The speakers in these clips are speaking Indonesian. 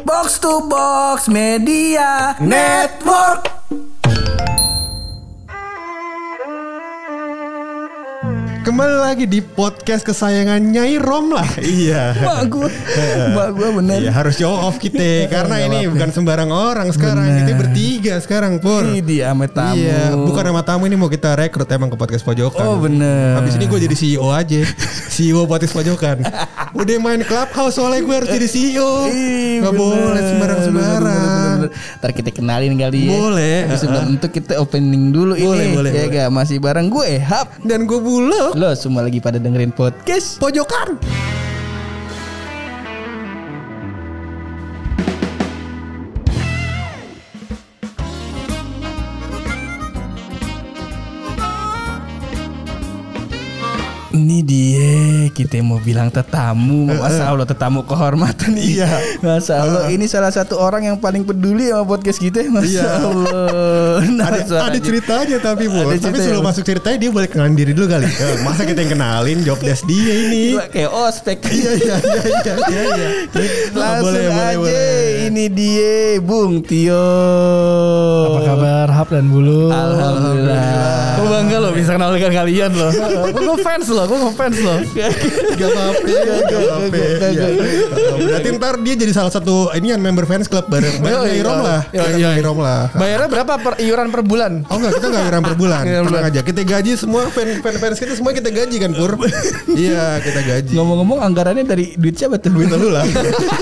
Box to Box Media Network. Kembali lagi di podcast kesayangan Nyai Rom lah. Iya. Mbak gue bener. Iya, harus show off kita karena ini bukan sembarang orang sekarang. Bener. Kita bertiga sekarang, Pur. Dia sama tamu. Iya, bukan sama tamu, ini mau kita rekrut emang ke podcast pojokan. Oh bener. Habis ini gue jadi CEO aja. CEO podcast pojokan. Udah main Clubhouse soalnya gue harus jadi CEO. Gak boleh sembarang-sembarang. Ntar kita kenalin kali ya. Boleh. Sebelum itu kita opening dulu Boleh, ini. boleh, Ya boleh. gak, masih bareng gue Hap. Dan gue Bulog. Lo semua lagi pada dengerin podcast Pojokan. Ini dia, kita mau bilang tetamu. Masa Allah, tetamu kehormatan nih. Iya. Masa Allah, ini salah satu orang yang paling peduli sama podcast kita. Masa Iya. Allah. Nah, Ada ceritanya tapi Bu. Ada Tapi cerita sebelum ya? masuk ceritanya dia boleh kenalin diri dulu kali. Masa kita yang kenalin job desk dia ini. Gila, kayak ospek. Iya. Langsung Boleh, aja. boleh. Ini dia, Bung Tio. Apa kabar Hap dan Bulu? Alhamdulillah. Gue bangga loh bisa kenalkan kalian loh. Gue fans loh. Gak apa-apa. Iya. Berarti ntar dia jadi salah satu ini yang member fans club bareng Nyai Rom lah. Nyai Rom lah. Bayarnya berapa iuran per bulan? Oh enggak, kita enggak iuran per bulan. Tenang aja. Kita gaji semua fans kita semua kita gaji kan, Pur. Iya, kita gaji. Ngomong-ngomong anggarannya dari duit siapa tuh? Duit lu lah.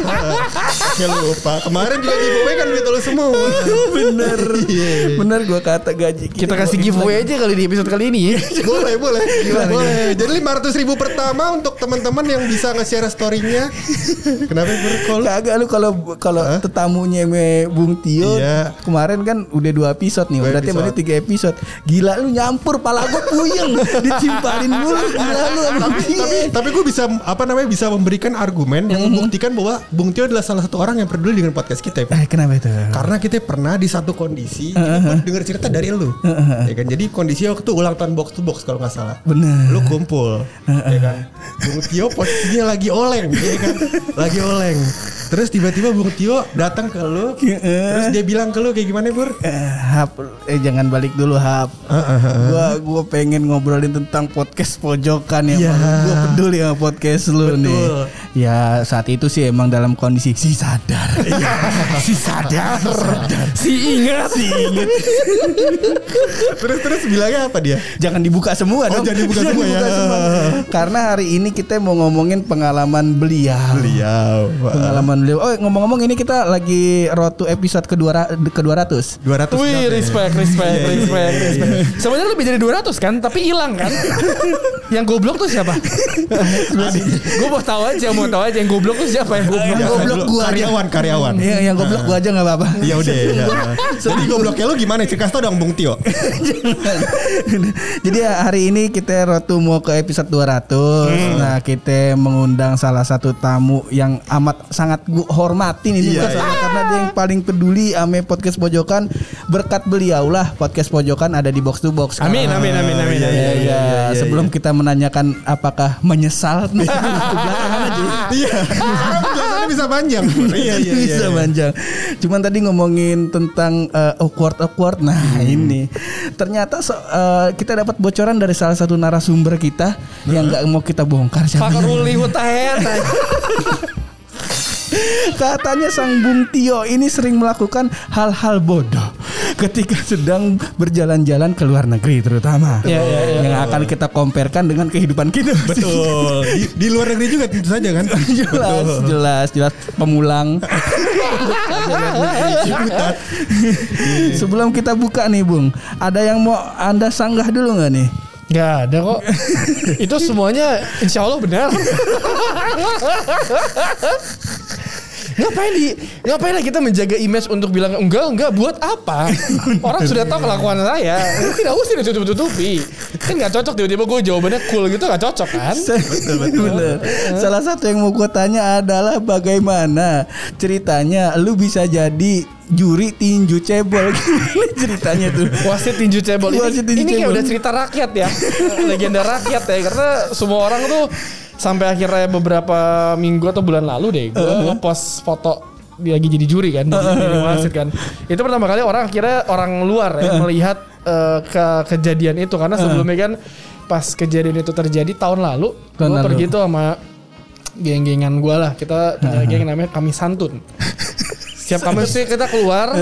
Ya lupa. Kemarin juga giveaway kan duit lu semua. Bener. Iya. Bener, gue kata gaji Kita kasih giveaway aja kali di episode kali ini ya. Boleh. Boleh. Jadi 500.000 pertama untuk teman-teman yang bisa nge-share story-nya. Kenapa, Pur? Kagak, lu kalau tetamunya Bung Tio Iya. kemarin kan udah 2 episode nih. 2 Berarti episode. berarti 3 episode. Gila lu nyampur, pala gue puyeng. Ditimpalin mulu. Gila lu sama dia. Tapi gue bisa memberikan argumen yang membuktikan bahwa Bung Tio adalah salah satu orang yang peduli dengan podcast kita. Kenapa itu? Karena kita pernah di satu kondisi kita dengar cerita dari lu. Ya kan? Jadi kondisi waktu ulang tahun box to box kalau nggak salah. Bener. Lu kumpul, ya kan? Bung Tio posisinya lagi oleng, ya kan? Lagi oleng. Terus tiba-tiba Bung Tio datang ke lu, terus dia bilang ke lu kayak gimana, Bur? Hap, jangan balik dulu Hap. Gua pengen ngobrolin tentang podcast pojokan ya. Iya. Gue peduli sama podcast lu Betul. nih. Ya saat itu sih emang dalam kondisi si sadar. Si sadar. Si ingat. Terus bilangnya apa dia? Jangan dibuka semua Oh, dong. jangan dibuka semua ya. Karena hari ini kita mau ngomongin pengalaman beliau. Pengalaman beliau. Oh, ngomong-ngomong ini kita lagi road to episode ke-200. 200. Wih, respect. Sebenarnya lebih dari 200 kan, tapi hilang kan. Yang goblok tuh siapa? Gue mau tahu aja yang goblok tuh siapa yang goblok? Yang goblok gua aja. Karyawan. Iya, yang goblok gua aja enggak apa-apa. Ya udah. Ya. Jadi gobloknya lu gimana? Kasih tau dong Bung Tio. Jadi hari ini kita rotu mau ke episode 200. Nah, kita mengundang salah satu tamu yang amat sangat gue hormatin ini Iya, karena dia yang paling peduli ame podcast pojokan. Berkat beliau lah podcast pojokan ada di box to box. Amin. Ya, sebelum kita menanyakan apakah menyesal belakangan aja. Iya. Karena bisa panjang. Iya. Bisa panjang. Cuman tadi ngomongin tentang awkward. Nah, ini ternyata kita dapat bocoran dari salah satu narasumber kita yang nggak mau kita bongkar. Fakruli Hutahet. Katanya sang Bung Tio ini sering melakukan hal-hal bodoh ketika sedang berjalan-jalan ke luar negeri terutama. Yang akan kita comparekan dengan kehidupan kita. Betul. Di luar negeri juga tentu saja kan. jelas pemulang. Sebelum kita buka nih Bung, ada yang mau Anda sanggah dulu nggak nih? Gak ada kok. Itu semuanya insya Allah benar. Ngapain lah kita menjaga image untuk bilang enggak buat apa? Orang sudah tahu kelakuan saya. Tidak usah ditutup-tutupi. Kan nggak cocok tiba-tiba gue jawabannya cool gitu, nggak cocok kan? Betul. Salah satu yang mau gue tanya adalah bagaimana ceritanya lu bisa jadi juri tinju cebol. Gimana ceritanya tuh? Wasit tinju cebol. Ini kayak cebol. udah cerita rakyat ya. Legenda rakyat ya. Karena semua orang tuh sampai akhirnya beberapa minggu atau bulan lalu deh gue ngepost foto lagi jadi juri kan, jadi wasit kan. Itu pertama kali orang luar ya melihat kejadian itu karena sebelumnya kan pas kejadian itu terjadi tahun lalu gue pergi tuh sama geng-gengan gue lah, kita punya geng namanya Kami Santun. Setiap Kamis sih kita keluar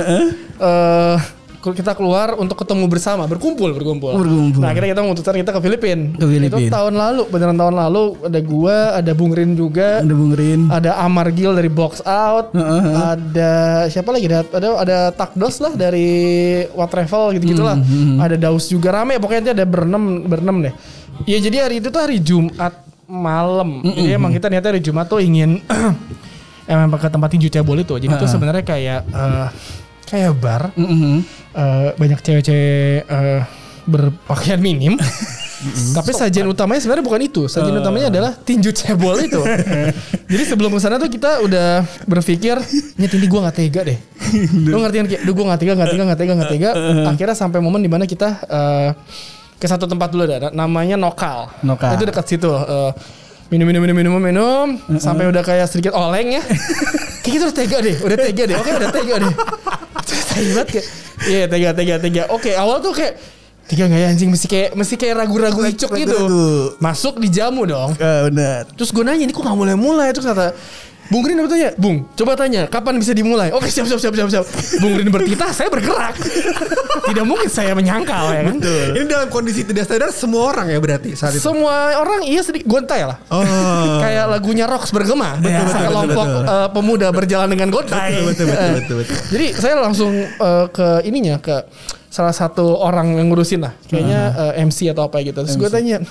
untuk ketemu bersama, berkumpul. Nah, akhirnya kita memutuskan kita ke Filipina. Itu tahun lalu, beneran tahun lalu. Ada gua, ada Bung Rin juga. Ada Amar Gil dari Box Out. Ada siapa lagi? Ada Takdos lah dari What Travel gitu-gitulah. Ada Daus juga, rame. Pokoknya ada berenam deh. Ya jadi hari itu tuh hari Jumat malam. Jadi emang kita niatnya hari Jumat tuh ingin emang ke tempat tinju cebol itu. Jadi itu sebenarnya kayak bar, banyak cewek-cewek berpakaian minim. Tapi sajian utamanya sebenarnya bukan itu. Sajian utamanya adalah tinju cebol itu. Jadi sebelum kesana tuh kita udah berpikir, nyet ini gue nggak tega deh. Lo ngerti kan kayak, gue nggak tega. Akhirnya sampai momen dimana kita ke satu tempat dulu ada, namanya Nokal. Itu dekat situ. Minum sampai udah kayak sedikit oleng ya. Kayak gitu udah tega deh. Oke, udah tega deh. Hebat kayak. Iya, tega. Oke, awal tuh kayak tega enggak ya anjing, mesti kayak ragu-ragu icuk gitu. Masuk di jamu dong. Benar. Terus gue nanya, ini kok enggak mulai-mulai? Terus kata Bung Rin bertanya, Bung, coba tanya kapan bisa dimulai? Oke, siap. Bung Rin bertitah, saya bergerak. Tidak mungkin saya menyangkal ya kan. Betul. Ini dalam kondisi tidak sadar semua orang ya berarti saat itu. Semua orang sedikit gontai lah. Kayak lagunya Rox bergema. Sekelompok pemuda berjalan dengan gontai. Betul. Jadi saya langsung ke salah satu orang yang ngurusin lah. Kayaknya MC atau apa gitu. Terus gue tanya,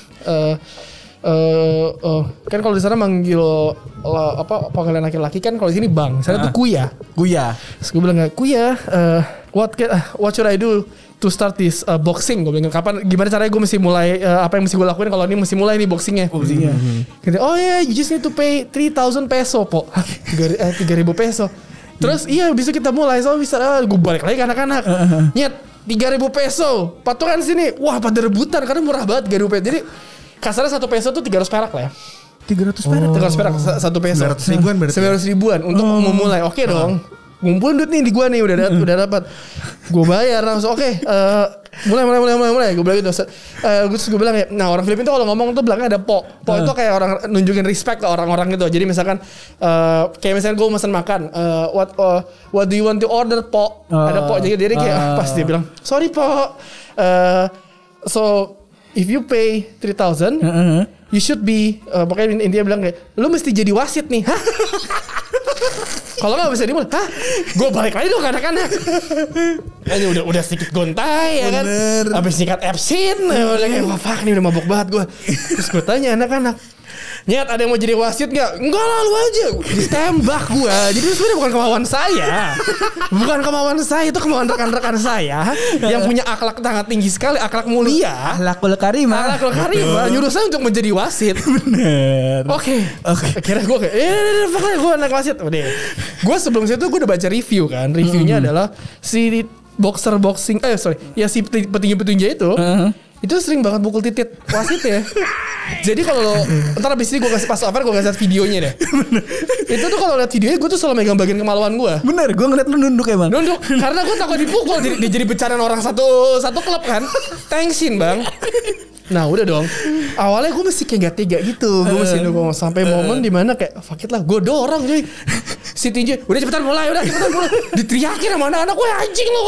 kan kalau di sana manggil panggilan laki-laki kan, kalau di sini bang, sana tuh kuya. Terus gue bilang kuya, what should I do to start this boxing? Gue bilang gimana caranya gue mesti mulai, apa yang mesti gue lakuin kalau ini mesti mulai nih boxingnya. Gitu, you just need to pay 3,000 peso po. 3,000 peso. Terus bisa kita mulai, so bisa gue balik lagi ke anak-anak. Nyet 3,000 peso patungan sini, wah pada rebutan karena murah banget 3,000 peso. Jadi kasarnya 1 peso tuh 300 perak lah ya. 300 perak 1 peso. 900 ribuan berarti. 900 ribuan untuk memulai. Oke dong. Ngumpulin duit nih di gua nih udah dapat. Gua bayar langsung. Oke, mulai. Gua bilang gitu. Terus gua bilang ya, nah orang Filipina tuh kalau ngomong tuh belakangnya ada po. Po itu kayak orang nunjukin respect ke orang-orang gitu. Jadi misalkan kayak misalnya gua mesen makan, what do you want to order po? Ada po. Jadi kayak pas dia bilang, "Sorry po. So if you pay 3,000, you should be pokoknya intinya bilang kayak, lu mesti jadi wasit nih." Hah? Kalau nggak bisa dimulai, gue balik lagi dong ke anak-anak. Ini udah sedikit gontai ya kan. Habis nyikat absin, udah kayak wah fuck nih udah mabok banget gue. Terus gue tanya anak-anak, Nyet ada yang mau jadi wasit gak? Enggak lah, lu aja. Ditembak gue. Jadi itu sebenarnya bukan kemauan saya. Bukan kemauan saya, itu kemauan rekan-rekan saya yang punya akhlak sangat tinggi sekali, akhlak mulia. Akhlakul karimah. Nyuruh saya untuk menjadi wasit. Bener. Oke. Akhirnya gue kayak pokoknya gue anak wasit. Udah. Gue sebelum itu gue udah baca review kan. Reviewnya adalah si si petinju itu itu sering banget pukul titit wasit ya. Jadi kalau ntar abis ini gue kasih pas over, gue kasih videonya deh. Itu tuh kalau lihat videonya gue tuh selalu megang bagian kemaluan gue. Bener, gue ngeliat lu nunduk ya bang. Nunduk karena gue takut dipukul. Jadi bercandaan orang satu klub kan. Tensin bang. Nah udah dong. Awalnya gue mesti kayak gak tega gitu. Gue mesti nunggu sampai momen dimana kayak fuck it lah. Gue dorong jadi si tinju udah cepetan mulai. Diteriakin sama anak-anak. Gue anjing lo.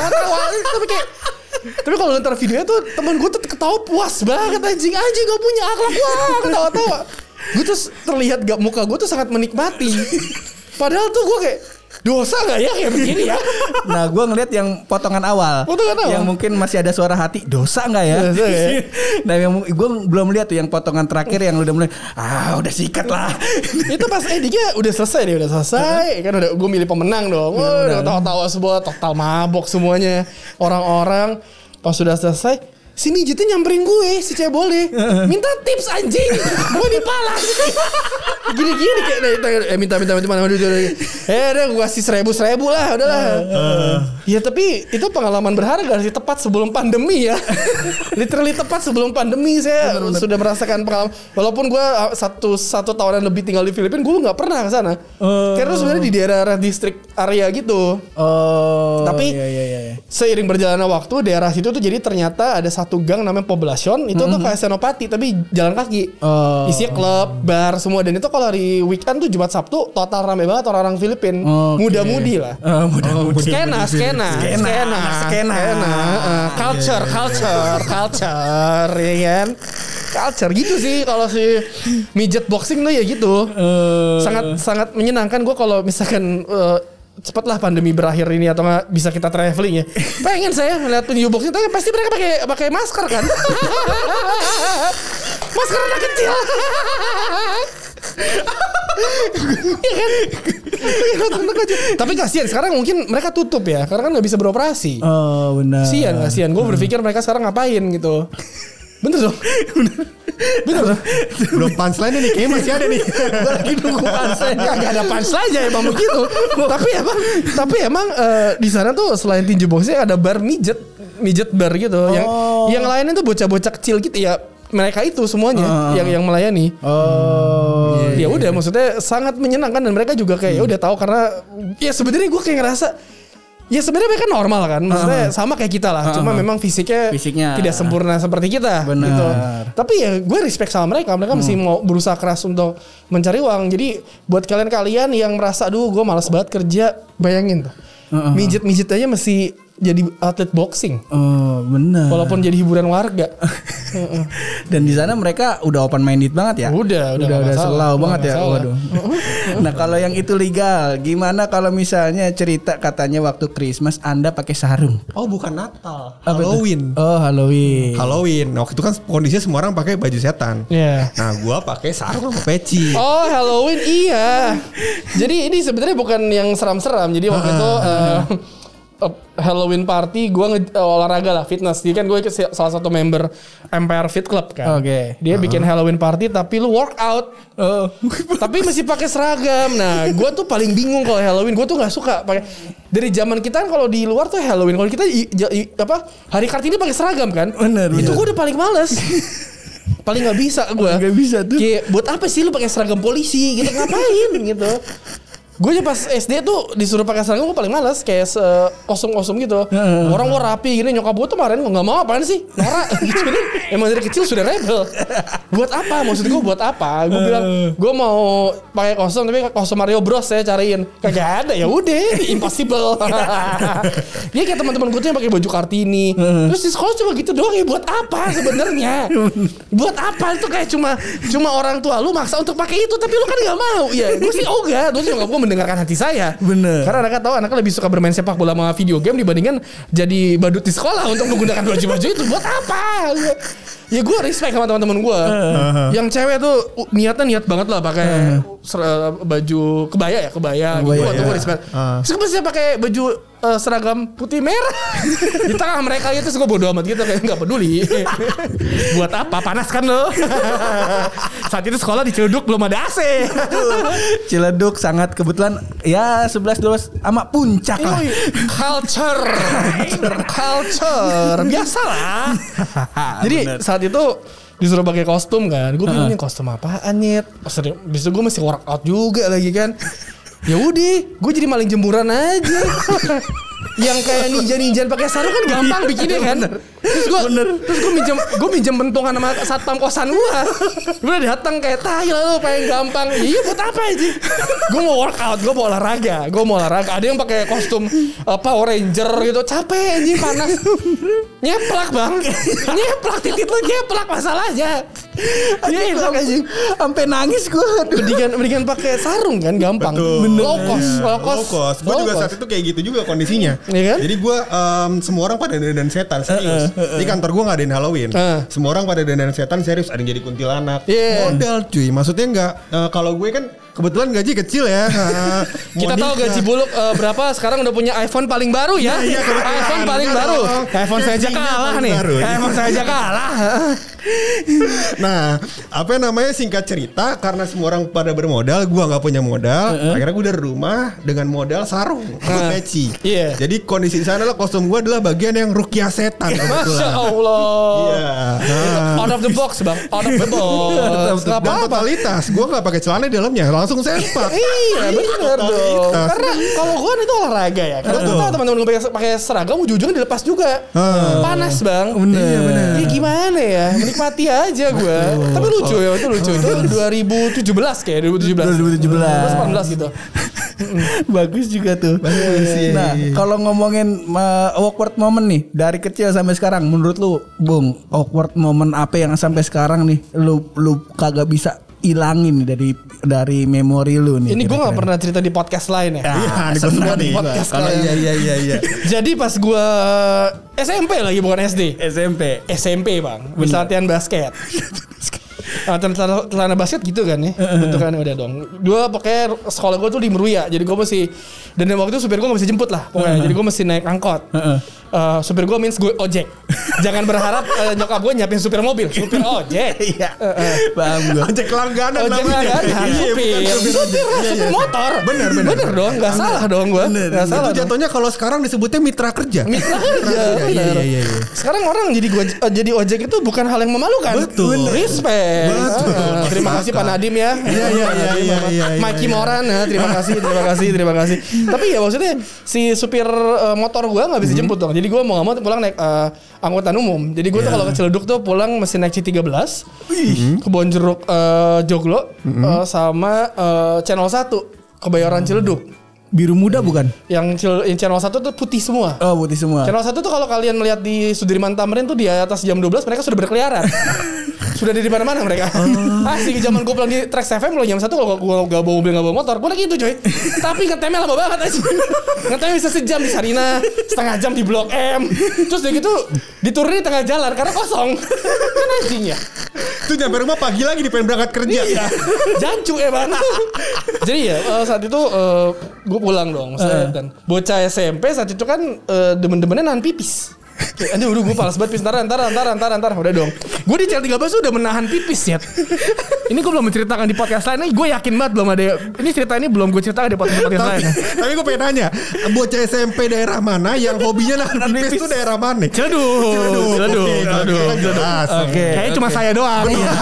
Tapi kalau nonton videonya tuh teman gue tuh ketawa puas banget. Anjing gak punya akhlak. Wah ketawa-tawa. Gue tuh terlihat muka gue tuh sangat menikmati. Padahal tuh gue kayak dosa gak ya kayak begini ya. Nah gue ngeliat yang potongan awal. Yang mungkin masih ada suara hati. Dosa gak ya? Dosa ya. Nah yang gue belum lihat tuh yang potongan terakhir yang udah mulai udah sikat lah. Itu pas dia udah selesai. Kan udah gue milih pemenang dong. Udah tawa-tawa semua. Total mabok semuanya. Orang-orang pas sudah selesai si mijitnya nyamperin gue, si cewek boleh minta tips anjing, gue dipalak gini-gini kayak minta mana udah gue kasih 1.000 lah udahlah. Ya tapi itu pengalaman berharga sih, tepat sebelum pandemi ya. Literally tepat sebelum pandemi saya sudah merasakan pengalaman. Walaupun gue satu tahunan lebih tinggal di Filipina, gue nggak pernah ke sana. Karena sebenarnya di daerah distrik area gitu. Tapi seiring berjalannya waktu daerah situ tuh jadi ternyata ada satu gang namanya Poblacion, itu tuh kayak Senopati tapi jalan kaki. Isinya klub, bar semua, dan itu kalau hari weekend tuh Jumat Sabtu total rame banget orang-orang Filipin. Muda-mudi lah. Skena, culture ya kan. Culture gitu sih kalau si midget boxing tuh ya gitu. Sangat menyenangkan. Gue kalau misalkan cepatlah pandemi berakhir ini atau nggak bisa kita traveling ya. Pengen saya ngeliat penyu boxing, tapi pasti mereka pakai masker kan. Masker anak kecil. Iya kan? Tapi kasihan sekarang mungkin mereka tutup ya, karena kan nggak bisa beroperasi. Oh benar. Kasihan. Gue berpikir mereka sekarang ngapain gitu. Bener dong. Bener dong. Belum punchline nih, kayaknya masih ada nih. Gue lagi nunggu punchline. Gak ada punchline aja emang begitu. Tapi emang di sana tuh selain tinju boxing ada bar midget bar gitu. Yang lainnya tuh bocah-bocah kecil gitu ya. Mereka itu semuanya yang melayani. Ya udah, maksudnya sangat menyenangkan, dan mereka juga kayak ya udah tahu, karena ya sebenarnya gue kayak ngerasa ya sebenarnya mereka normal kan, maksudnya sama kayak kita lah, cuma memang fisiknya tidak sempurna seperti kita. Benar. Gitu. Tapi ya gue respect sama mereka masih mau berusaha keras untuk mencari uang. Jadi buat kalian yang merasa aduh gue malas banget kerja, bayangin tuh mijit aja masih jadi atlet boxing. Oh benar. Walaupun jadi hiburan warga. Dan di sana mereka udah open minded banget ya. Udah selalu banget ya. Waduh. Nah kalau yang itu legal, gimana kalau misalnya cerita katanya waktu Christmas Anda pakai sarung? Oh bukan Natal, Halloween. Oh Halloween. Waktu itu kan kondisinya semua orang pakai baju setan. Yeah. Nah gua pakai sarung sama peci. Oh Halloween iya. Jadi ini sebenarnya bukan yang seram-seram. Jadi waktu itu Halloween party gue olahraga lah, fitness. Jadi kan gue salah satu member Empire Fit Club kan. Dia bikin Halloween party tapi lu workout. Tapi masih pakai seragam. Nah, gue tuh paling bingung kalau Halloween. Gue tuh nggak suka pakai. Dari zaman kita kan kalau di luar tuh Halloween, kalau kita hari Kartini pakai seragam kan. Bener. Itu gue udah paling males. Paling nggak bisa gue. Nggak bisa tuh. Kayak buat apa sih lu pakai seragam polisi? Gitu ngapain gitu? Gue aja pas SD tuh disuruh pakai seragam gue paling malas, kayak kostum gitu. Orang gue rapi gini, nyokap gue tuh kemarin nggak mau apaan sih, norak gitu. Emang dari kecil sudah rebel. Buat apa? Maksud gue buat apa? Gue bilang gue mau pakai kostum, tapi kostum Mario Bros saya cariin, kagak ada. Ya udah, impossible. Dia kayak teman-teman gue tuh yang pakai baju Kartini. Terus di sekolah cuma gitu doang ya. Buat apa sebenarnya? Buat apa? Itu kayak cuma orang tua lu maksa untuk pakai itu, tapi lu kan nggak mau. Ya gue sih ogah. Terus nyokap gue mendengarkan hati saya. Bener. Karena anaknya tahu anaknya lebih suka bermain sepak bola sama video game dibandingkan jadi badut di sekolah untuk menggunakan baju-baju itu. Buat apa? Ya gue respect sama teman-teman gue. Yang cewek tuh niat banget lah pakai baju kebaya. Gue respect. Terus gue masih pakai baju seragam putih merah di tengah mereka itu, gue bodo amat gitu, kayak nggak peduli. Buat apa? Panas kan lo. Saat itu sekolah di Ciledug belum ada AC. Ciledug sangat kebetulan ya 11-12 sama puncak lah. Culture biasalah. Jadi saat itu disuruh pakai kostum kan, gue bingung kostum apaan nyet. Bisa gue masih workout juga lagi kan. Ya udah, gue jadi maling jemuran aja. Yang kayak ninja pakai sarung kan gampang bikinnya kan. Terus gue minjem bentungan sama satpam kosan gue. Gue datang kayak tai lah lu paling gampang. Iya buat apa aja? Gue mau workout, gue mau olahraga. Ada yang pakai kostum Power Ranger gitu, capek anjing, panas. Nyeplak bang, titit lu nyeplak masalahnya. Iya itu anjing, sampai nangis gue. Mendingan pakai sarung kan gampang. Betul. Low cost. Gue juga saat itu kayak gitu juga kondisinya. Iya kan? Jadi gue semua orang pada dandan setan serius. Di kantor gue ngadain Halloween. Semua orang pada dandan setan serius. Ada yang jadi kuntilanak. Modal cuy. Maksudnya enggak. Kalau gue kan kebetulan gaji kecil ya. Kita tahu gaji Buluk berapa, sekarang udah punya iPhone paling baru ya. Nah, iya, iPhone paling baru. iPhone saya aja kalah nih. iPhone saya aja kalah. Nah, apa namanya, singkat cerita, karena semua orang pada bermodal, gua nggak punya modal. Akhirnya gue dari rumah dengan modal sarung, peci. Iya. Jadi kondisi di sana adalah kostum gue adalah bagian yang Ruqyah setan. Masya Allah. Iya. Out of the box bang, out of the box. Dan totalitas, gue nggak pakai celana di dalamnya, langsung sempak. Iya benar dong. Karena kalau gue itu olahraga ya. Kalau kita teman-teman gue pakai seragam, ujung-ujungnya dilepas juga. Panas bang. Iya benar. Ini gimana ya? Menikmati aja gue. Tapi lucu ya, itu lucu. Itu 2017 kayak 2018 gitu. Bagus juga tuh. Bagus, nah, kalau ngomongin awkward moment nih dari kecil sampai sekarang, menurut lu, Bung, awkward moment apa yang sampai sekarang nih lu kagak bisa ilangin nih dari memori lu nih? Ini gue nggak pernah cerita di podcast lain ya. Semua di podcast lain. Iya. Jadi pas gue SMP lagi, bukan SD. SMP bang. Bisa latihan basket. Celana basket gitu kan ya, bentukannya udah dong. Gue pokoknya sekolah gue tuh di Meruya, jadi gue mesti, dan waktu itu supir gue gak bisa jemput lah pokoknya, jadi gue mesti naik angkot. Supir gue means gue ojek. Jangan berharap nyokap gue nyiapin supir mobil, supir ojek. Iya. Paham gue. Ojek langganan namanya. Supir motor. Bener dong, nggak salah dong gue. Nggak salah. Itu jatuhnya kalau sekarang disebutnya mitra kerja. Iya. Sekarang orang jadi ojek itu bukan hal yang memalukan. Betul. Respect. Terima kasih Pak Nadim ya. Iya. Maki Moran ya. Terima kasih. Tapi ya maksudnya si supir motor gue nggak bisa jemput dong. Jadi gue mau nggak mau pulang naik angkutan umum. Jadi gue tuh kalau ke Ciledug tuh pulang mesti naik C13, Kebonjeruk Joglo, sama Channel 1 Kebayoran Ciledug. Biru muda bukan? Yang Channel 1 tuh putih semua. Oh, putih semua. Channel 1 tuh kalau kalian melihat di Sudirman Tamrin tuh di atas jam 12 mereka sudah berkeliaran. Sudah di mana mereka. Asli zaman gue pulang di Trax FM loh jam 1 kalau gue gak bawa mobil gak bawa motor, gue lagi itu coy. Tapi ngetemnya lama banget aja. Ngetemnya bisa sejam di Sarina, setengah jam di Blok M. Terus udah gitu diturunin di tengah jalan karena kosong. Kan anjing ya. Itu nyampe rumah pagi lagi pengen berangkat kerja. Iya. Jancu ya bang. Jadi ya saat itu gue pulang dong. Dan bocah SMP saat itu kan demen-demennya nahan pipis. Aduh gue palas banget pipis. Ntar. Udah dong. Gue di CL13 udah menahan pipis ya. Ini gue belum menceritakan di podcast lain. Gue yakin banget belum ada. Ini cerita ini belum gue ceritakan di podcast lain. Tapi gue pengen nanya, bocah SMP daerah mana yang hobinya nahan pipis itu daerah mana? Ciledug. Oke. Kayaknya cuma saya doang.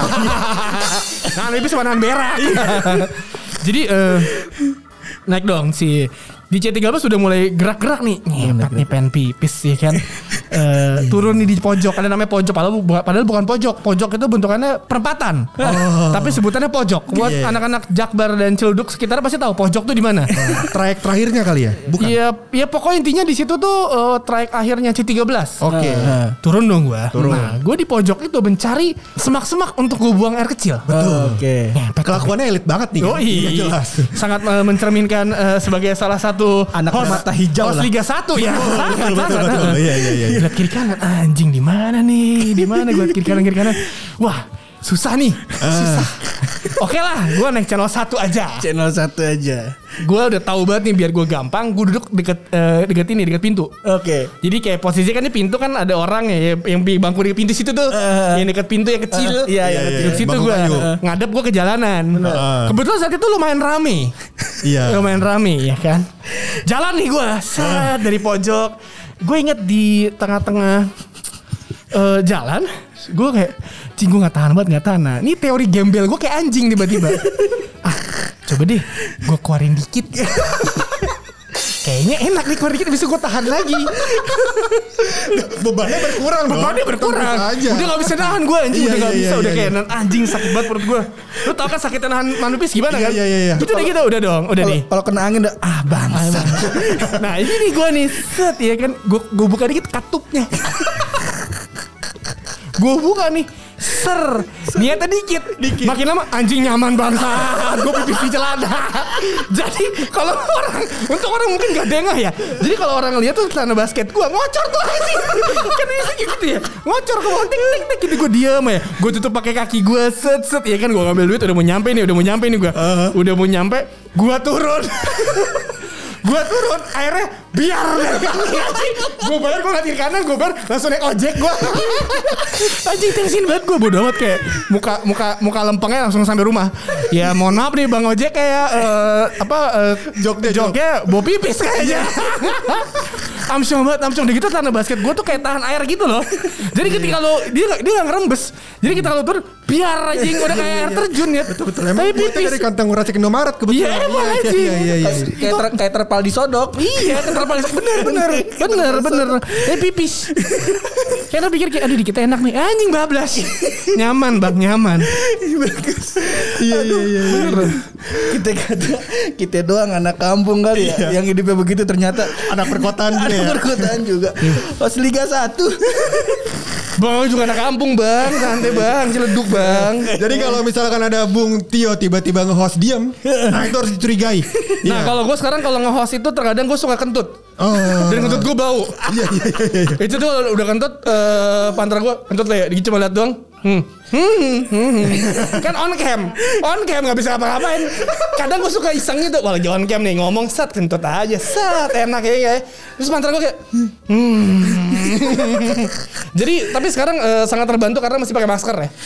Nahan pipis sama nahan berak. Jadi naik dong si di C13 sudah mulai gerak-gerak nih. Ngepet nih pengen pipis ya kan. Turun nih di pojok. Ada namanya pojok padahal bukan pojok. Pojok itu bentukannya perempatan. Tapi sebutannya pojok. Buat anak-anak Jakbar dan Ciledug sekitar pasti tahu pojok tuh di mana. Trayek terakhirnya kali ya? Bukan. Iya pokoknya intinya di situ tuh trayek akhirnya C13. Oke. Turun dong gua. Nah, gua di pojok itu mencari semak-semak untuk gua buang air kecil. Betul. Oke. Kelakuannya elit banget nih. Oh iya, jelas. Sangat mencerminkan sebagai salah satu anak mata hijau lah. Liga 1 ya. Betul. Iya. Lihat kiri kanan, anjing di mana nih? Di mana gue kiri kanan? Wah, susah nih. Susah. Oke lah, gue naik channel 1 aja. Channel 1 aja. Gue udah tahu banget nih biar gue gampang. Gue duduk dekat pintu. Oke. Jadi kayak posisi kan di pintu kan ada orang ya yang bangku di pintu situ tuh. Yang dekat pintu yang kecil. Iya. Di situ gue ngadep gue ke jalanan. Kebetulan saat itu lumayan rame. Iya. Lumayan rame ya kan. Jalan nih gue set dari pojok. Gue inget di tengah-tengah jalan. Gue kayak gue gak tahan banget. Nah ini teori gembel gue kayak anjing tiba-tiba. Coba deh gue keluarin dikit. Kayaknya enak nih keluarin dikit. Bisa gue tahan lagi. Bebannya berkurang. Udah gak bisa nahan gue anjing. Udah gak bisa. Udah kayak anjing sakit banget perut gue. Lu tau kan sakitnya nahan manupis gimana kan? Iya. Gitu udah dong. Udah nih. Kalau kena angin udah bangsa. Nah ini nih gue nih set ya kan. Gue buka dikit katupnya. Gue buka nih. Niatnya dikit. Makin lama anjing nyaman bangsa. Gue pipis di celana. Jadi kalau untuk orang mungkin gak dengah ya. Jadi kalau orang lihat tuh celana basket gue ngocor tuh anjing. Kan bisa gitu ya. Ngocor ke bawah tik gitu gue diam ya. Gue tutup pakai kaki gue set ya kan gue ngambil duit udah mau nyampe nih gue. Udah mau nyampe gue turun. Akhirnya biar gue bayar, gue ngeliat kiri kanan, gue bayar langsung naik ojek gue. Anjing tensin banget gue, bodo amat kayak muka lempengnya langsung sampai rumah. Ya mohon maaf nih bang ojek kayak joknya bawa pipis kayaknya. Amsyong udah gitu tanah basket gue tuh kayak tahan air gitu loh. Jadi ketika lo dia nggak ngerembes. Jadi kita kalau turun biar anjing udah kayak air terjun ya. Betul. Emang pipis dari kantong nguracik Indomaret kebetulan. Iya emang anjing. Kayak terpal disodok. Iya terpal bener. Pipis. Kayak lo pikir kayak aduh dikit enak nih. Anjing bablas. Nyaman bang nyaman. Bagus. Iya. Kita doang anak kampung kali ya yang hidupnya begitu, ternyata anak perkotaan juga. Perkotaan juga. Pas Liga 1. Bang juga anak kampung bang, santai bang, ciledug bang. Jadi kalau misalkan ada Bung Tio tiba-tiba nge-host diem, nah itu harus dicurigai. Nah kalau gue sekarang kalau nge-host itu terkadang gue suka kentut. Dan kentut gue bau. Iya. Itu tuh udah kentut, pantra gue kentut lah ya, cuma lihat doang. Kan on cam nggak bisa ngapa-ngapain. Kadang gue suka iseng gitu, wah lagi on cam nih ngomong set kentut aja, set enak ya. Terus mantra gue kayak jadi tapi sekarang sangat terbantu karena masih pakai masker ya.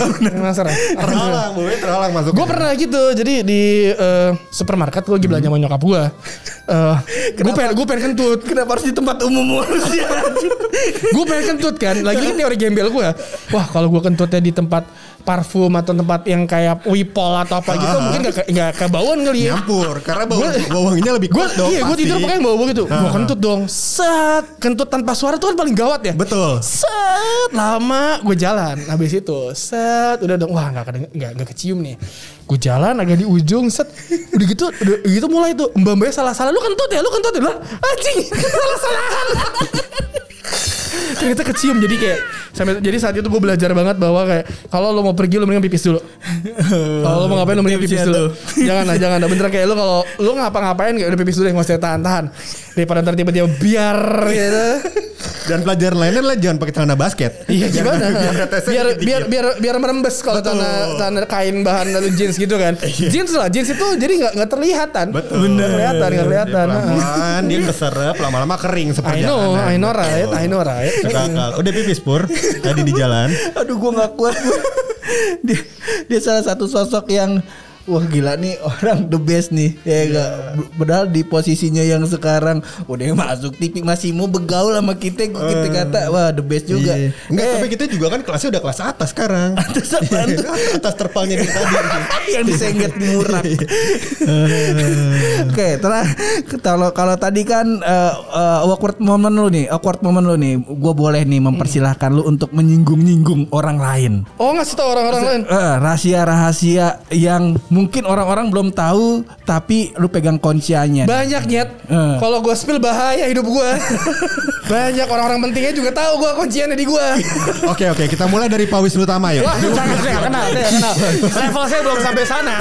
Terhalang masuk. Gue pernah gitu, jadi di supermarket gue lagi belanja sama nyokap gue. Gue pengen kentut. Kenapa harus di tempat umum harus ya? Gue pengen kentut kan. Lagi teori gembel gue. Wah kalau gue kentutnya di tempat parfum atau tempat yang kayak Wipol atau apa gitu mungkin gak kebauan kali ya. Nyampur karena bauannya lebih kuat dong. Iya gue tidur pakai bau gitu. Gue kentut dong. Set kentut tanpa suara tuh kan paling gawat ya. Betul. Set lama gue jalan. Habis itu set udah dong. Wah gak kecium nih. Gue jalan agak di ujung set. Udah gitu mulai tuh mbak-mbaknya salah-salah. Lu kentut ya lah. Anjing salah-salahan. Ternyata kecium jadi saat itu gue belajar banget bahwa kayak kalau lo mau pergi lo mendingan pipis dulu. Kalau lo mau ngapain lo mendingan pipis dulu. Jangan beneran kayak lo kalau lo ngapa-ngapain kayak udah pipis dulu, nggak usah tahan daripada ntar tiba-tiba biar gitu. Dan pelajaran lainnya adalah jangan pakai celana basket. Iya gimana? biar merembes kalau celana kain bahan atau jeans gitu kan. Jeans itu jadi nggak terlihatan. Betul. Nggak kelihatan. Pelan-pelan dia keserap lama-lama kering seperti I know right. Udah pipis Pur tadi di jalan. Aduh gue nggak kuat. Dia salah satu sosok yang wah gila nih orang the best nih ya enggak. Padahal di posisinya yang sekarang udah masuk TV masih mau begaul sama kita kata wah the best juga. Enggak tapi kita juga kan kelasnya udah kelas atas sekarang. Atas terpalnya di tadi yang disengget di murah. Oke, kalau tadi kan awkward moment lu nih, gue boleh nih mempersilahkan lu untuk menyinggung orang lain. Oh ngasih tau orang-orang lain. Rahasia yang mungkin orang-orang belum tahu tapi lu pegang kunciannya. Banyak nyet. Kalau gue spill bahaya hidup gue. Banyak orang-orang pentingnya juga tahu gue kunciannya di gue. Oke, kita mulai dari Pak Wisnu Tama ya. Wah, jangan saya kenal. Level saya belum sampai sana.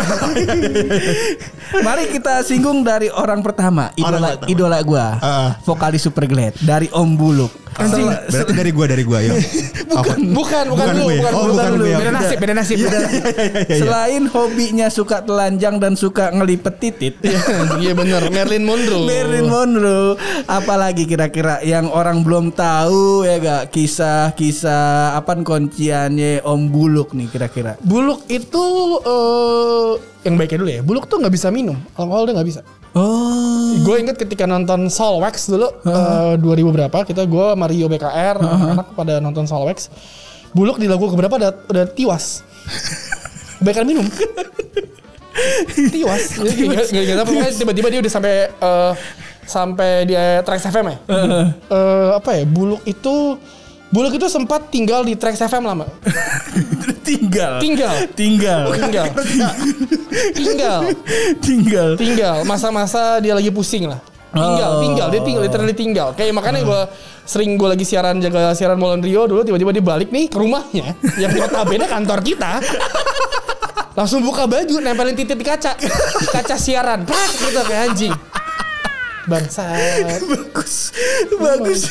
Mari kita singgung dari orang pertama, idola gue, vokalis Superglad dari Om Buluk. Berarti dari gue ya. Bukan lu. Beda nasib. Selain hobinya suka telanjang dan suka ngelipet titit. Iya benar, Marilyn Monroe. Apalagi kira-kira yang orang belum tahu ya gak, kisah apa kunciannya Om Buluk nih kira-kira. Buluk itu yang baiknya dulu ya. Buluk tuh nggak bisa minum alkohol, dia nggak bisa. Oh. Gue inget ketika nonton Solwax dulu 2000 berapa gue Mario BKR anak pada nonton Solwax. Buluk di lagu keberapa udah tiwas. Bahkan minum. Tiwas. Pokoknya tiba-tiba dia udah sampai dia Trax FM ya. Buluk itu sempat tinggal di Trax FM lama. Tinggal. Masa-masa dia lagi pusing lah. Tinggal literally tinggal. Kayak makanya gue lagi jaga siaran Moulin Rio dulu, tiba-tiba dia balik nih ke rumahnya yang notabene kantor kita. Langsung buka baju, nempelin titik di kaca siaran, prak gitu kayak anjing. Bangsat. Bagus.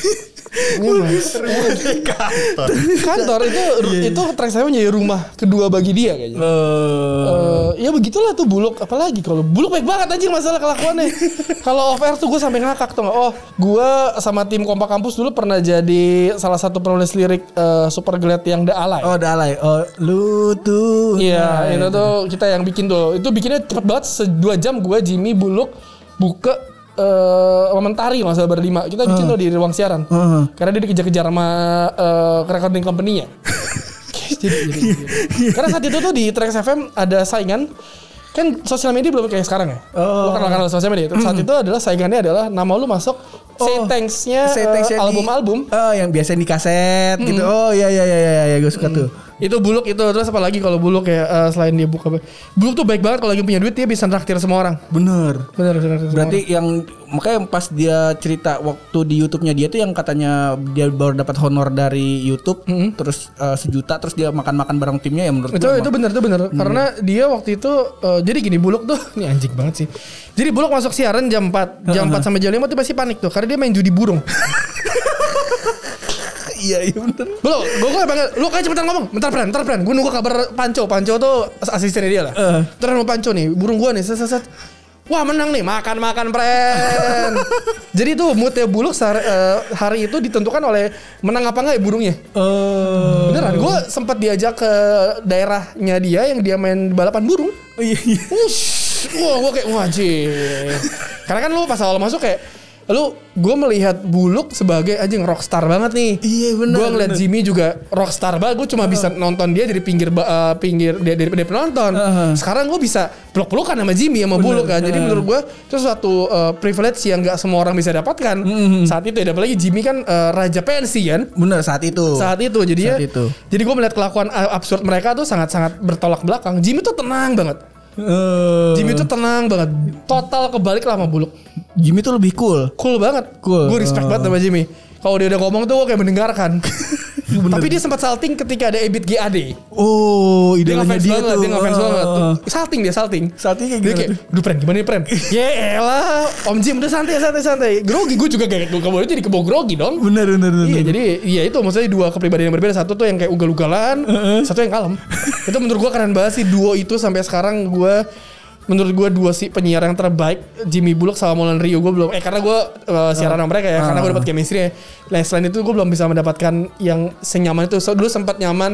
Kantor itu Trax FM menjadi rumah kedua bagi dia kayaknya. Ya begitulah tuh Buluk. Apalagi kalau Buluk baik banget anjing masalah kelakuannya. Kalau off air tuh gue sampai ngakak tuh. Gue sama tim Kompak Kampus dulu pernah jadi salah satu penulis lirik Super Glad yang The Alay. The Alay. Lu tuh. Iya, itu tuh kita yang bikin tuh. Itu bikinnya cepet banget, 2 jam gue, Jimmy, Buluk buka Momentari nggak salah berlima. Kita bikin tuh di ruang siaran. Karena dia dikejar-kejar sama recording company-nya. jadi. Karena saat itu tuh di Trax FM ada saingan. Kan sosial media belum kayak sekarang ya. Bukan kenal sosial media. Saat itu adalah saingannya adalah nama lu masuk say thanks-nya album-album. Yang biasa di kaset gitu. Iya gue suka tuh. Itu Buluk itu. Terus apa lagi kalau Buluk kayak selain dia buka. Buluk tuh baik banget kalau lagi punya duit, dia bisa traktir semua orang. Bener. Berarti yang makanya pas dia cerita waktu di YouTube-nya dia tuh yang katanya dia baru dapat honor dari YouTube, terus 1 juta, terus dia makan-makan bareng timnya, ya menurut itu benar. Karena dia waktu itu jadi gini, Buluk tuh ini anjing banget sih. Jadi Buluk masuk siaran jam 4 sampai jam 5 tuh pasti panik tuh karena dia main judi burung. Iya bener. Belum, gue panggil, lu kayak cepetan ngomong. Bentar Pran. Gue nunggu kabar Panco tuh asistennya dia lah. Terus mau Panco nih, burung gue nih, set. Wah menang nih, makan Pran. Jadi tuh moodnya Buluk hari itu ditentukan oleh menang apa enggak ya burungnya. Beneran, gue sempat diajak ke daerahnya dia yang dia main balapan burung. Wah gue kayak wajib. Karena kan lu pas awal masuk kayak gue melihat Buluk sebagai anjing rockstar banget nih. Iya benar. Gue ngeliat Jimmy juga rockstar banget. Gue cuma bisa nonton dia dari pinggir dari penonton. Sekarang gue bisa peluk-pelukan sama Jimmy sama Buluk kan. Jadi menurut gue itu suatu privilege yang gak semua orang bisa dapatkan. Saat itu ya, apalagi Jimmy kan raja pensi kan. Bener saat itu. Jadi gue melihat kelakuan absurd mereka tuh sangat-sangat bertolak belakang. Jimmy tuh tenang banget. Jimmy tuh tenang banget. Total kebalik lah sama Buluk. Jimmy tuh lebih cool banget. Gue respect banget sama Jimmy. Kalau dia udah ngomong tuh gue kayak mendengarkan. Tapi dia sempat salting ketika ada Ebit GAD. Idolanya dia tuh. Dia ngefans banget. Salting kayak gitu. Kayak, duh Pren, gimana nih Pren? Ya elah, Om Jim udah santai. Grogi, gue juga kayak gue jadi kebawa grogi dong. Bener. Iya, jadi iya itu maksudnya 2 kepribadian yang berbeda. Satu tuh yang kayak ugal-ugalan, satu yang kalem. Itu menurut gue keren banget sih duo itu sampai sekarang menurut gue 2 sih penyiar yang terbaik, Jimmy Buluk sama Moulin Rio. Gue belum karena gue siaran sama mereka ya, karena gue dapat chemistry. Selain itu gue belum bisa mendapatkan yang senyaman itu. Dulu sempat nyaman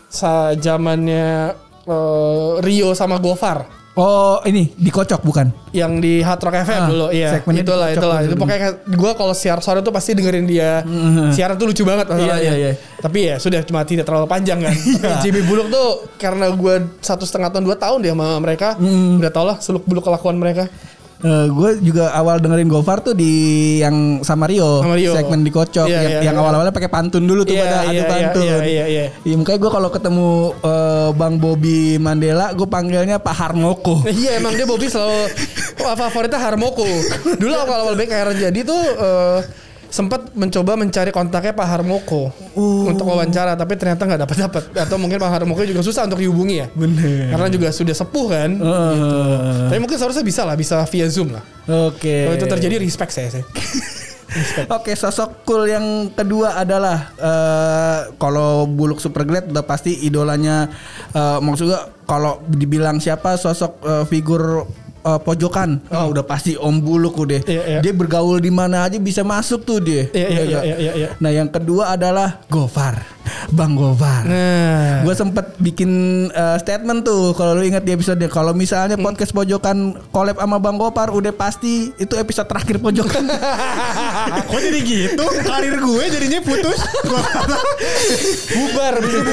zamannya Rio sama Gofar. Ini dikocok bukan? Yang di Hard Rock FM dulu, iya. Itulah. Itu pokoknya gue kalau siar sore tuh pasti dengerin dia siaran tuh lucu banget masalahnya. Iya. Tapi ya sudah, cuma tidak terlalu panjang kan. Jimmy Buluk tuh karena gue 1,5 tahun 2 tahun dia sama mereka, udah tau lah seluk beluk kelakuan mereka. Gue juga awal dengerin Gofar tuh di yang sama Rio. Segmen dikocok yang awal-awalnya pakai pantun dulu tuh pada adu pantun. Iya. Makanya gue kalau ketemu Bang Bobby Mandela, gue panggilnya Pak Harmoko. Iya, emang dia Bobby selalu favoritnya Harmoko. Dulu awal-awal BKR jadi tuh sempat mencoba mencari kontaknya Pak Harmoko untuk wawancara, tapi ternyata nggak dapat. Atau mungkin Pak Harmoko juga susah untuk dihubungi ya. Bener. Karena juga sudah sepuh kan. Gitu. Tapi mungkin seharusnya bisa via Zoom lah. Oke. Kalau itu terjadi respect saya. Oke, sosok cool yang kedua adalah kalau Buluk Super Glad udah pasti idolanya. Maksudnya kalau dibilang siapa sosok figur pojokan, udah pasti Om Buluk udah. Dia bergaul di mana aja bisa masuk tuh dia. Iya. Nah, yang kedua adalah Gofar, Bang Gofar. Gue sempet bikin statement tuh, kalau lu ingat di episode, kalau misalnya podcast pojokan collab sama Bang Gofar, udah pasti itu episode terakhir pojokan. Kok jadi gitu? Karir gue jadinya putus. bubar.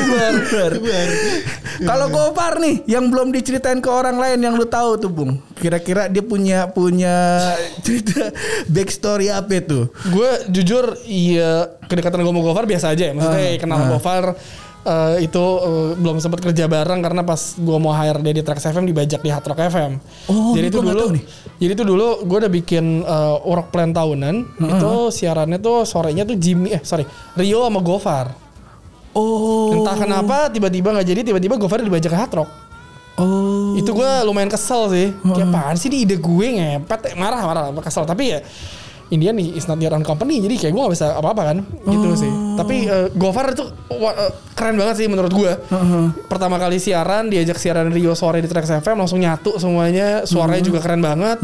Kalau Gofar nih yang belum diceritain ke orang lain yang lu tahu tuh, Bung. Kira-kira dia punya cerita backstory apa itu? Gue jujur kedekatan gue sama Gofar biasa aja ya. Maksudnya kenal Gofar itu belum sempat kerja bareng karena pas gue mau hire dia di Trax FM dibajak di Hard Rock FM. Jadi itu dulu gue udah bikin work plan tahunan. Itu siarannya tuh sorenya tuh Rio sama Gofar. Entah kenapa tiba-tiba nggak jadi, tiba-tiba Gofar dibajak ke Hard Rock. Itu gue lumayan kesel sih. Kayak apaan sih ini ide gue ngepet, marah kesel. Tapi ya Indian nih is not your own company, jadi kayak gue gak bisa apa-apa kan gitu sih. Tapi Gofar itu keren banget sih menurut gue. Pertama kali siaran, diajak siaran Rio sore di Trax FM, langsung nyatu semuanya. Suaranya juga keren banget.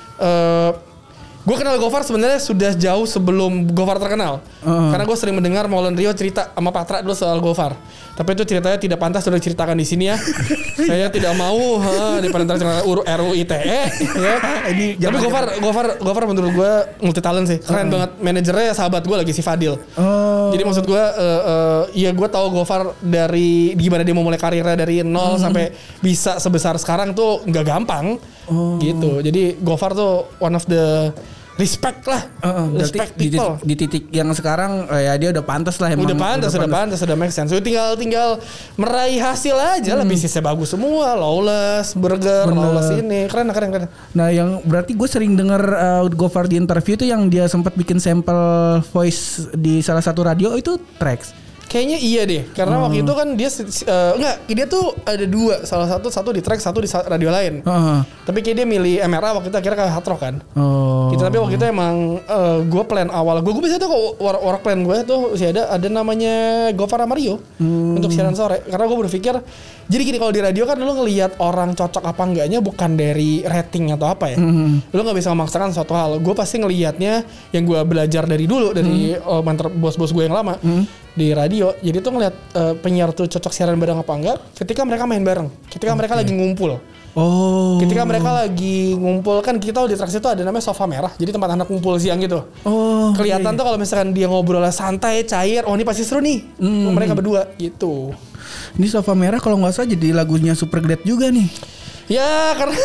Gue kenal Gofar sebenarnya sudah jauh sebelum Gofar terkenal. Karena gue sering mendengar Molen Rio cerita sama Patra dulu soal Gofar. Tapi itu ceritanya tidak pantas sudah diceritakan di sini ya. Saya tidak mau di pantai RUU ITE ya. Tapi Gofar menurut gue multi talent sih. Keren banget. Manajernya sahabat gue lagi si Fadil. Jadi maksud gue ya gue tahu Gofar dari gimana dia mau mulai karirnya dari nol sampai bisa sebesar sekarang tuh nggak gampang. Gitu. Jadi Gofar tuh one of the respect lah. Respect people. Di titik yang sekarang ya dia udah pantas lah emang. Udah pantas, udah make sense. So, tinggal meraih hasil aja lah. Bisnisnya bagus semua. Lawless, Burger, Lawless ini. Keren. Nah yang berarti gue sering dengar Gofar di interview itu yang dia sempat bikin sampel voice di salah satu radio itu Trax. Kayaknya iya deh, karena waktu itu kan dia dia tuh ada dua, satu di Trax, satu di radio lain. Tapi kayak dia milih MRA waktu itu akhirnya ke Hard Rock kan. Gitu, tapi waktu itu emang gue plan awal gue biasanya tuh kok work plan gue tuh sih ada namanya Gofar sama Rio untuk siaran sore. Karena gue berpikir jadi gini, kalau di radio kan lu ngelihat orang cocok apa enggaknya bukan dari rating atau apa ya. Lu nggak bisa memaksakan suatu hal. Gue pasti ngelihatnya yang gue belajar dari dulu dari mentor bos-bos gue yang lama di radio. Jadi tuh ngelihat penyiar tuh cocok siaran bareng apa enggak ketika mereka main bareng, ketika mereka lagi ngumpul. Ketika mereka lagi ngumpul kan kita di Trax itu ada namanya sofa merah. Jadi tempat anak ngumpul siang gitu. Kelihatan tuh kalau misalkan dia ngobrol santai, cair, ini pasti seru nih. Mereka berdua gitu. Ini sofa merah kalau nggak salah jadi lagunya Superglad juga nih. Ya karena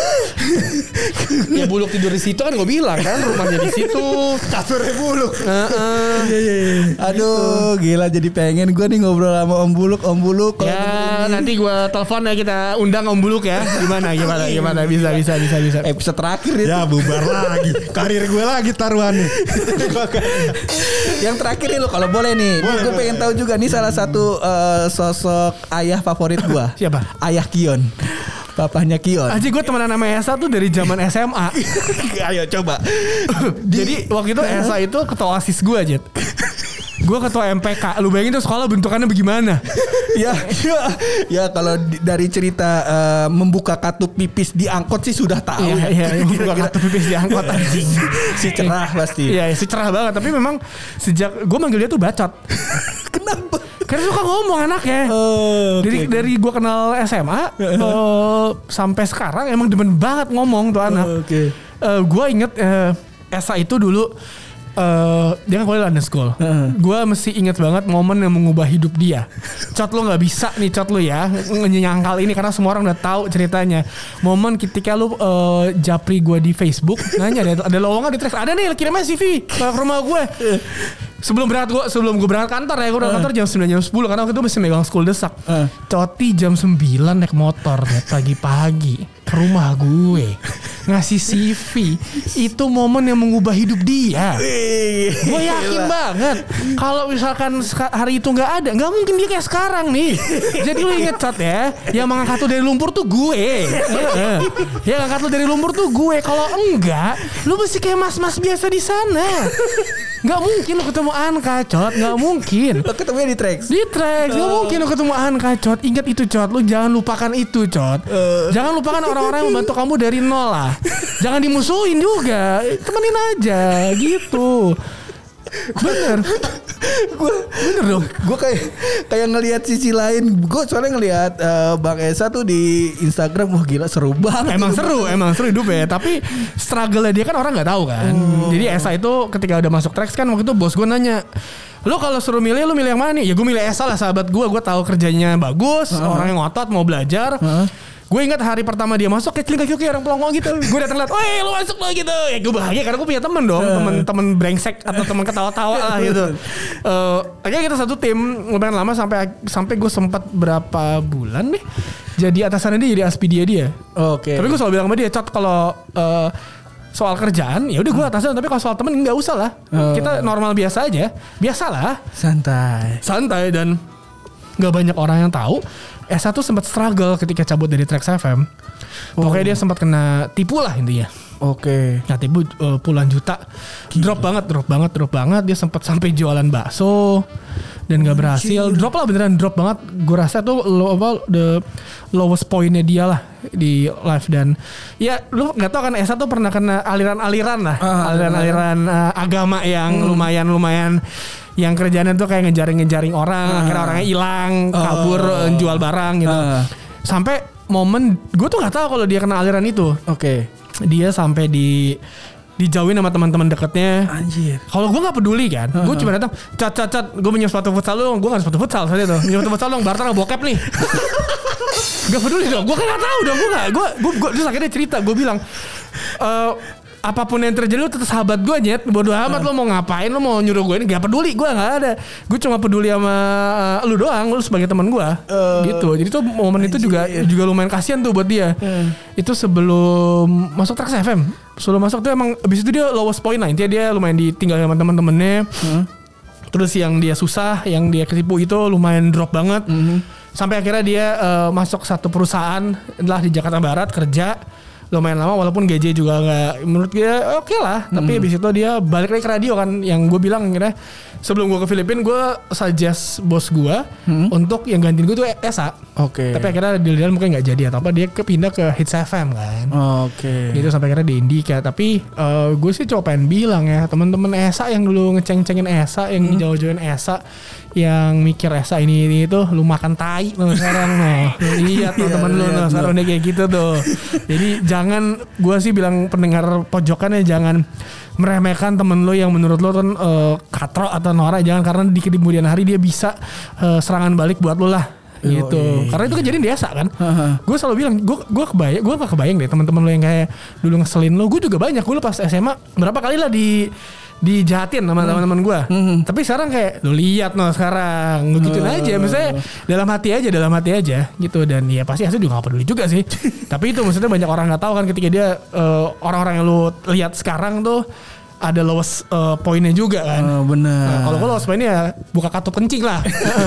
ya Buluk tidur di situ kan gue bilang kan rumahnya di situ. Kasurnya Buluk. Aduh gila jadi pengen gue nih ngobrol sama Om Buluk. Ya nanti gue telepon ya, kita undang Om Buluk ya. Gimana bisa. Episode terakhir itu. Ya bubar lagi. Karir gue lagi taruhannya. Yang terakhir nih lo kalau boleh nih. Gue pengen tahu juga nih salah satu sosok ayah favorit gue. Siapa? Ayah Kion. Bapaknya Kion. Aji gue temenan sama Esa tuh dari zaman SMA. Ayo coba. Jadi waktu itu Esa itu ketua OSIS gue aja. Gue ketua MPK. Lu bayangin tuh sekolah bentukannya bagaimana? Ya kalau dari cerita membuka katup pipis di angkot sih sudah tahu. Iya, membuka katup pipis di angkot anjing. Si cerah pasti. Iya, si cerah banget. Tapi memang sejak gue manggil dia tuh bacot. Kenapa? Karena suka ngomong anaknya. Dari gue kenal SMA sampai sekarang emang demen banget ngomong tuh anak. Gue inget Esa itu dulu dia kan kuliah London School. Gue mesti inget banget momen yang mengubah hidup dia. Cot lo gak bisa nih Cot lo ya nyangkal ini karena semua orang udah tahu ceritanya. Momen ketika lo japri gue di Facebook nanya ada lowongan di Trax, ada nih kirimnya CV ke rumah gue. Sebelum gue berangkat kantor ya, gue berangkat kantor jam 9 jam 10 karena waktu itu masih megang school desak. Coti jam 9 naik motor pagi-pagi ke rumah gue ngasih CV. Itu momen yang mengubah hidup dia. Gue yakin banget kalau misalkan hari itu nggak mungkin dia kayak sekarang nih. Jadi lu inget Cot ya, yang mengangkat lu dari lumpur tuh gue. Yang ngangkat lu dari lumpur tuh gue. Kalau enggak, lu mesti kayak mas-mas biasa di sana. Nggak mungkin lu ketemu Anka, Cot. Nggak mungkin. Lo ketemunya di Trax? Di Trax. Nggak mungkin lu ketemu Anka, Cot. Ingat itu, Cot. Lu jangan lupakan itu, Cot. Jangan lupakan orang-orang yang membantu kamu dari nol lah. Jangan dimusuhin juga. Temenin aja gitu. Bener dong. Gue kayak ngelihat sisi lain. Gue soalnya ngelihat Bang Esa tuh di Instagram. Wah gila seru banget. Emang seru hidupnya. Tapi struggle-nya dia kan orang nggak tahu kan. Jadi Esa itu ketika udah masuk Trax kan waktu itu bos gue nanya, lo kalau suruh milih, lo milih yang mana nih? Ya gue milih Esa lah, sahabat gue. Gue tahu kerjanya bagus, orang yang ngotot mau belajar. Gue ingat hari pertama dia masuk kayak celingak orang pelongo gitu. Gue datang lihat, "Woi, lu masuk lo gitu." Ya gue bahagia karena gue punya temen dong, temen brengsek atau temen ketawa-tawa lah gitu. Akhirnya kita satu tim lumayan lama sampai gue sempat berapa bulan nih jadi atasannya dia, jadi aspidia dia. Oke. Tapi gue selalu bilang sama dia, "Cot, kalau soal kerjaan ya udah gue atasan, tapi kalau soal temen nggak usah lah. Kita normal biasa aja, biasalah, santai dan nggak banyak orang yang tahu." Esa tuh sempat struggle ketika cabut dari Trax FM. Pokoknya dia sempat kena tipu lah intinya. Oke. Nah, tipu puluhan juta. Drop banget. Dia sempat sampai jualan bakso dan gak berhasil. Drop lah, beneran drop banget. Gue rasa tuh the lowest pointnya dia lah di live. Dan ya lu gak tau kan, Esa tuh pernah kena aliran-aliran lah. Aliran-aliran agama yang lumayan yang kerjaannya tuh kayak ngejaring orang, akhirnya orangnya hilang, kabur, jual barang gitu. Sampai momen gue tuh nggak tahu kalau dia kena aliran itu. Oke. Dia sampai dijauhin sama teman-teman dekatnya. Anjir. Kalau gue nggak peduli kan, gue cuma datang, cat, gue punya sepatu futsal lu, gue nggak sepatu futsal saat itu, punya sepatu futsal dong, barter bokep nih. Gak peduli dong, gue kan nggak tahu dong, gue terus akhirnya cerita, gue bilang, apapun yang terjadi lu tetap sahabat gue, Nyet. Bodoh amat lu mau ngapain, lu mau nyuruh gue ini, gak peduli, gue gak ada. Gue cuma peduli sama lu doang, lu sebagai teman gue. Gitu. Jadi tuh momen itu juga lumayan kasihan tuh buat dia. Itu sebelum masuk Trax FM. Sebelum masuk tuh emang abis itu dia lowest point lah. Intinya dia lumayan ditinggal sama teman-temannya. Terus yang dia susah, yang dia ketipu itu lumayan drop banget. Sampai akhirnya dia masuk satu perusahaan lah di Jakarta Barat kerja. Lumayan lama, walaupun gaji juga nggak, menurut dia oke lah. Tapi abis itu dia balik lagi ke radio kan. Yang gue bilang akhirnya sebelum gue ke Filipina, gue suggest bos gue untuk yang gantiin gue tuh Esa. Oke. Tapi akhirnya deal mungkin nggak jadi atau apa, dia kepindah ke Hits FM kan. Oke. Gitu sampai akhirnya di Indika. Tapi gue sih coba pengen bilang ya, teman-teman Esa yang dulu ngeceng-cengin Esa, yang jauh-jauhin Esa, yang mikir Esa ini itu lu makan tai lo sekarang lo. Lihat lo temen lu lo sekarang udah kayak gitu tuh. Jadi jangan, gue sih bilang pendengar pojokan ya, jangan meremehkan temen lo yang menurut lo kan katro atau norak. Jangan, karena di kemudian hari dia bisa serangan balik buat lo lah. Gitu. Karena itu kejadian biasa kan. Gue selalu bilang, gue gak kebayang deh teman-teman lo yang kayak dulu ngeselin lo. Gue juga banyak, gue pas SMA berapa kali lah dijahatin sama teman-teman gue. Tapi sekarang kayak lo lihat no sekarang gituin aja, misalnya dalam hati aja gitu. Dan ya pasti hasil juga gak peduli juga sih. Tapi itu maksudnya banyak orang nggak tahu kan, ketika dia orang-orang yang lo lihat sekarang tuh ada lowest poinnya juga kan. Bener. Nah, kalau gue lowest poinnya ya buka katup kencing lah.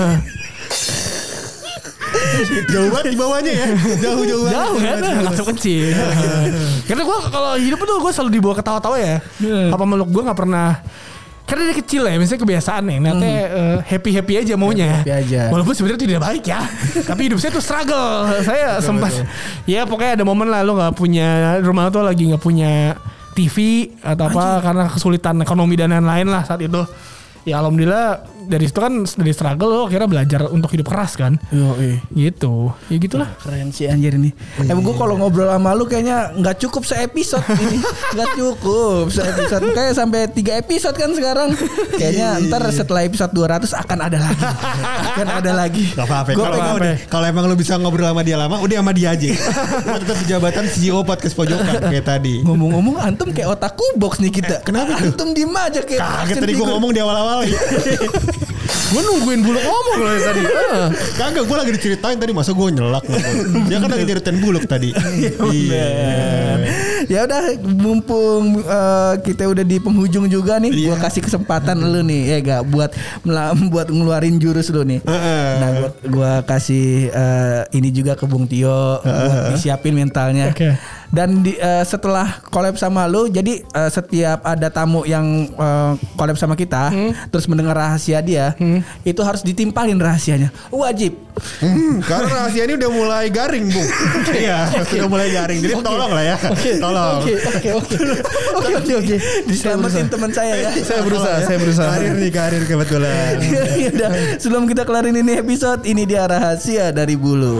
Jauh banget di bawahnya ya. Jauh kan, katup kencing. Karena gue kalau hidup tuh gue selalu dibawa ketawa-tawa ya. Papa meluk gue nggak pernah. Karena dari kecil ya, misalnya kebiasaan nih, nanti happy aja maunya. Happy aja. Walaupun sebenarnya tidak baik ya. Tapi hidup saya tuh struggle. Saya sempat, ya pokoknya ada momen lah lo nggak punya, rumah tuh lagi nggak punya TV atau apa karena kesulitan ekonomi dan lain-lain lah saat itu. Ya alhamdulillah dari situ kan, dari struggle lo akhirnya belajar untuk hidup keras kan. Gitu. Ya gitulah. Keren sih anjir ini. Emang gue kalau ngobrol sama lu kayaknya gak cukup se-episode ini. Gak cukup se-episode. Kayak sampai 3 episode kan sekarang. Kayaknya ntar setelah episode 200 akan ada lagi. Gak apa-apa. Kalau emang lu bisa ngobrol sama dia lama, udah sama dia aja. Tetap di jabatan CEO podcast pojokan kayak tadi. Ngomong-ngomong antum kayak otaku box nih kita. Kenapa tuh? Antum diem aja kayak. Kaget tadi gue ngomong di awal-awal. Gue nungguin Buluk ngomong loh tadi. Kagak, gue lagi diceritain tadi, masa gue nyelak. Dia kan lagi ceritain Buluk tadi. Ya udah, mumpung kita udah di penghujung juga nih, gue kasih kesempatan lu nih ya gak buat ngeluarin jurus lu nih. Nah gue kasih ini juga ke Bung Tio buat disiapin mentalnya. Dan setelah collab sama lu, jadi setiap ada tamu yang collab sama kita, terus mendengar rahasia dia, itu harus ditimpalin rahasianya. Wajib. Karena rahasia ini udah mulai garing, Bung. Iya, sudah mulai garing. Jadi tolong lah ya. Tolong. Oke. Diselamatin teman saya ya. Saya berusaha. Karir kebetulan. Yaudah, sebelum kita kelarin ini episode, ini dia rahasia dari Bulu.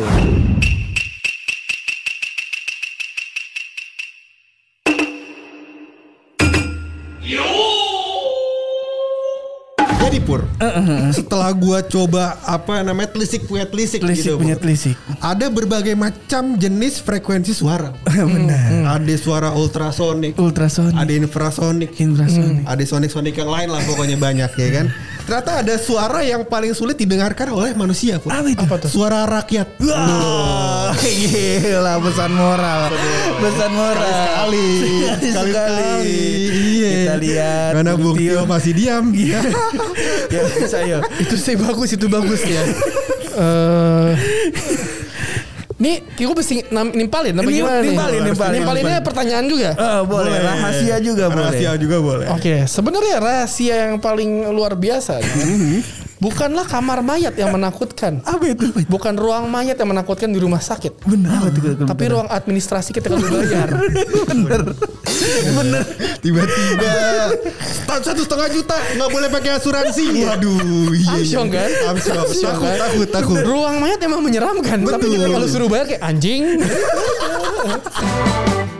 Jadi Pur, setelah gua coba telisik gitu. Ada berbagai macam jenis frekuensi suara. Benar. Ada suara ultrasonik, ada infrasonik, ada sonik yang lain lah, pokoknya banyak ya kan. Ternyata ada suara yang paling sulit didengarkan oleh manusia Pur. Apa tuh? Suara rakyat. Wah, gila pesan moral. Sekali. Iya. Kita lihat. Mana Bung Tio masih diam. Ya saya. Itu bagus ya. Nih, gue mesti nimpalin apa gimana nih? Nimpalinnya pertanyaan juga. Boleh. Rahasia juga boleh. Oke, sebenarnya rahasia yang paling luar biasa bukanlah kamar mayat yang menakutkan. Apa itu? Bukan ruang mayat yang menakutkan di rumah sakit. Benar. Tapi ruang administrasi ketika lu bayar. Bener. Tiba-tiba 1,5 juta nggak boleh pakai asuransi. Waduh, Amsyong kan? Takut. Ruang mayat emang menyeramkan. Tapi kalau suruh bayar kayak anjing.